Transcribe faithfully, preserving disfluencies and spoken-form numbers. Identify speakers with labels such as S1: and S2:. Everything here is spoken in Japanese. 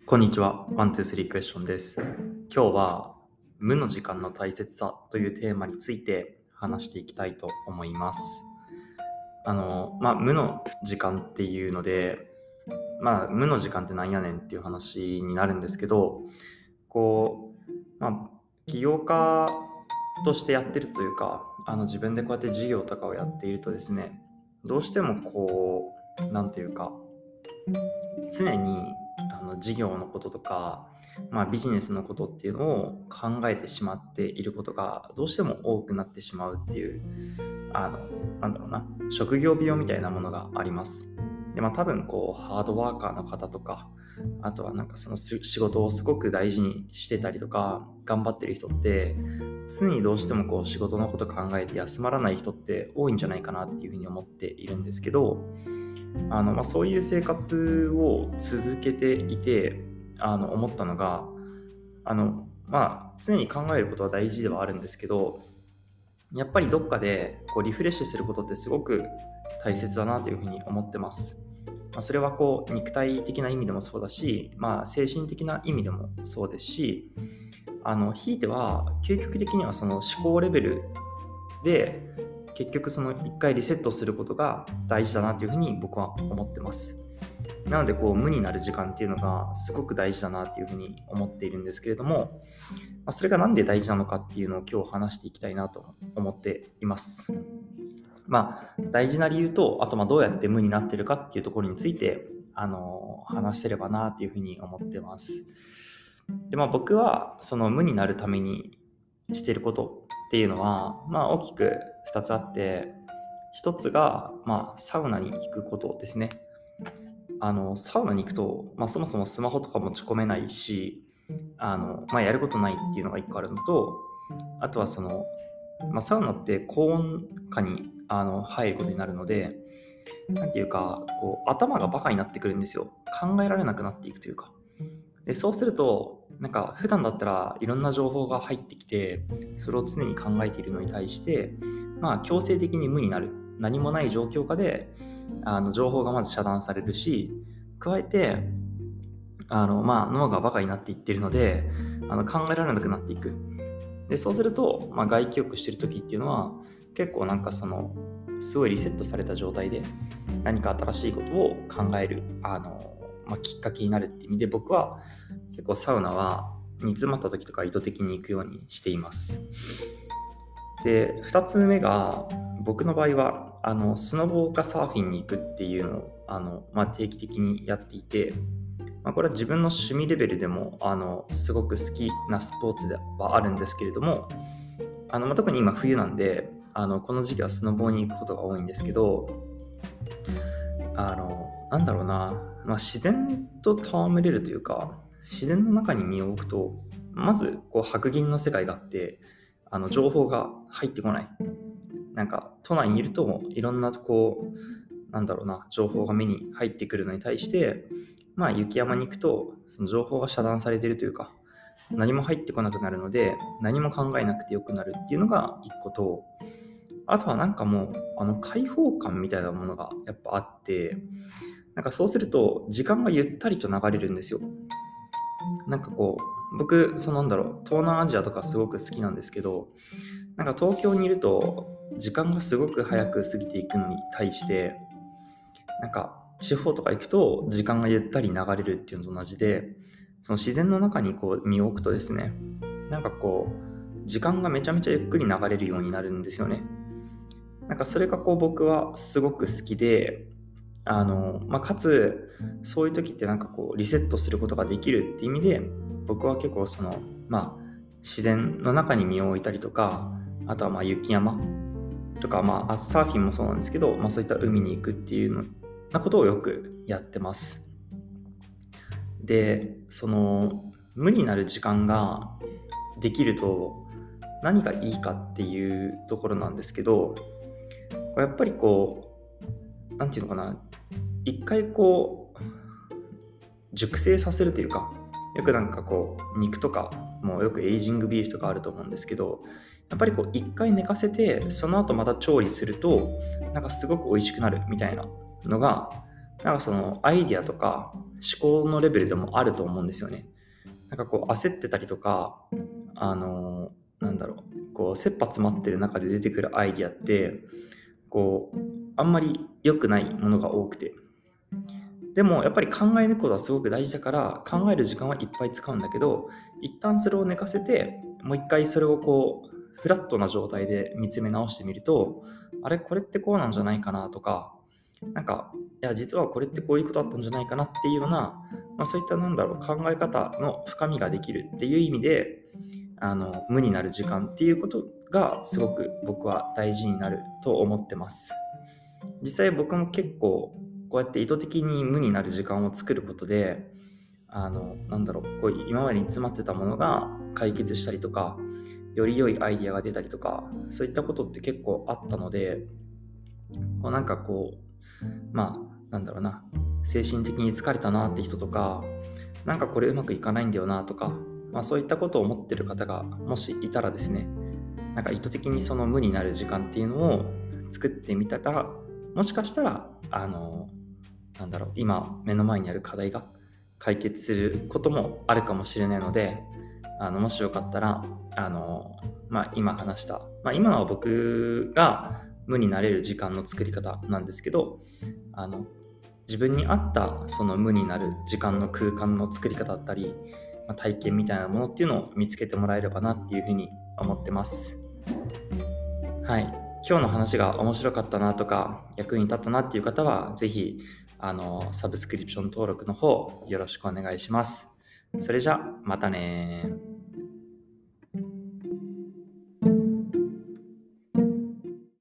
S1: こんにちは。ワン、ツー、スリークエスチョンです。今日は無の時間の大切さというテーマについて話していきたいと思います。あの、まあ、無の時間っていうので、まあ、無の時間ってなんやねんっていう話になるんですけど、こう、まあ、起業家としてやってるというか、あの自分でこうやって事業とかをやっているとですね、どうしてもこう、なんていうか、常にあの事業のこととか、まあ、ビジネスのことっていうのを考えてしまっていることがどうしても多くなってしまうっていうあのなんだろうな職業病みたいなものがあります。で、まあ、多分こうハードワーカーの方とか、あとはなんかその仕事をすごく大事にしてたりとか頑張ってる人って常にどうしてもこう仕事のこと考えて休まらない人って多いんじゃないかなっていうふうに思っているんですけど、あの、まあ、そういう生活を続けていて、あの、思ったのが、あの、まあ、常に考えることは大事ではあるんですけど、やっぱりどっかでこうリフレッシュすることってすごく大切だなというふうに思ってます。まあ、それはこう肉体的な意味でもそうだし、まあ、精神的な意味でもそうですし、あの、ひいては究極的にはその思考レベルで結局その一回リセットすることが大事だなというふうに僕は思ってます。なのでこう無になる時間っていうのがすごく大事だなっていうふうに思っているんですけれども、まあ、それがなんで大事なのかっていうのを今日話していきたいなと思っています。まあ大事な理由と、あとまあどうやって無になってるかっていうところについてあの話せればなというふうに思ってます。で、まあ僕はその無になるためにしていることっていうのは、まあ大きくふたつあって、ひとつがまあサウナに行くことですね。あのサウナに行くと、まあ、そもそもスマホとか持ち込めないし、あの、まあ、やることないっていうのがいっこあるのと、あとはその、まあ、サウナって高温下にあの入ることになるので、なんていうかこう頭がバカになってくるんですよ。考えられなくなっていくというか。でそうすると、なんか普段だったらいろんな情報が入ってきて、それを常に考えているのに対して、まあ強制的に無になる、何もない状況下であの情報がまず遮断されるし、加えてあの、まあ、脳がバカになっていっているので、あの考えられなくなっていく。でそうすると、まあ、外気浴してる時っていうのは結構なんかそのすごいリセットされた状態で何か新しいことを考えるあの、まあ、きっかけになるっていう意味で、僕は結構サウナは煮詰まった時とか意図的に行くようにしています。でふたつめが、僕の場合はあのスノボーかサーフィンに行くっていうのをあの、まあ、定期的にやっていて、まあ、これは自分の趣味レベルでもあのすごく好きなスポーツではあるんですけれども、あの、まあ、特に今冬なんで、あのこの時期はスノボーに行くことが多いんですけど、あのなんだろうな、まあ、自然と戯れるというか、自然の中に身を置くと、まずこう白銀の世界があって、あの情報が入ってこない。なんか都内にいるといろんなこうなんだろうな情報が目に入ってくるのに対して、まあ雪山に行くとその情報が遮断されているというか、何も入ってこなくなるので何も考えなくてよくなるっていうのが一個と、あとはなんかもうあの開放感みたいなものがやっぱあって、なんかそうすると時間がゆったりと流れるんですよ。なんかこう僕そのなんだろう東南アジアとかすごく好きなんですけど、なんか東京にいると時間がすごく早く過ぎていくのに対して、なんか地方とか行くと時間がゆったり流れるっていうのと同じで、その自然の中にこう身を置くとですね、なんかこう時間がめちゃめちゃゆっくり流れるようになるんですよね。なんかそれがこう僕はすごく好きで、あの、まあ、かつそういう時ってなんかこうリセットすることができるっていう意味で、僕は結構そのまあ自然の中に身を置いたりとか、あとはまあ雪山とか、まあサーフィンもそうなんですけど、まあ、そういった海に行くっていうのなことをよくやってます。でその無になる時間ができると何がいいかっていうところなんですけど、やっぱりこうなんていうのかな、一回こう熟成させるというか、よくなんかこう肉とかもよくエイジングビーフとかあると思うんですけど、やっぱりこう一回寝かせてその後また調理するとなんかすごく美味しくなるみたいなのがなんかそのアイディアとか思考のレベルでもあると思うんですよね。なんかこう焦ってたりとか、あのなんだろう、こう切羽詰まってる中で出てくるアイディアって、こうあんまり良くないものが多くて、でもやっぱり考え抜くことはすごく大事だから、考える時間はいっぱい使うんだけど、一旦それを寝かせて、もう一回それをこうフラットな状態で見つめ直してみると、あれこれってこうなんじゃないかなとか、なんかいや実はこれってこういうことだったんじゃないかなっていうような、まあ、そういったなんだろう、考え方の深みができるっていう意味で、あの無になる時間っていうことがすごく僕は大事になると思ってます。実際僕も結構こうやって意図的に無になる時間を作ることで、あのなんだろう、こう今までに詰まってたものが解決したりとか、より良いアイディアが出たりとか、そういったことって結構あったので、こうなんかこうまあなんだろうな、精神的に疲れたなって人とか、なんかこれうまくいかないんだよなとか、まあ、そういったことを思ってる方がもしいたらですね、なんか意図的にその無になる時間っていうのを作ってみたら、もしかしたらあのなんだろう、今目の前にある課題が解決することもあるかもしれないので、あのもしよかったらあの、まあ、今話した、まあ、今のは僕が無になれる時間の作り方なんですけど、あの自分に合ったその無になる時間の空間の作り方だったり、まあ、体験みたいなものっていうのを見つけてもらえればなっていうふうに思ってます。はい、今日の話が面白かったなとか役に立ったなっていう方は、ぜひあのサブスクリプション登録の方よろしくお願いします。それじゃまたね。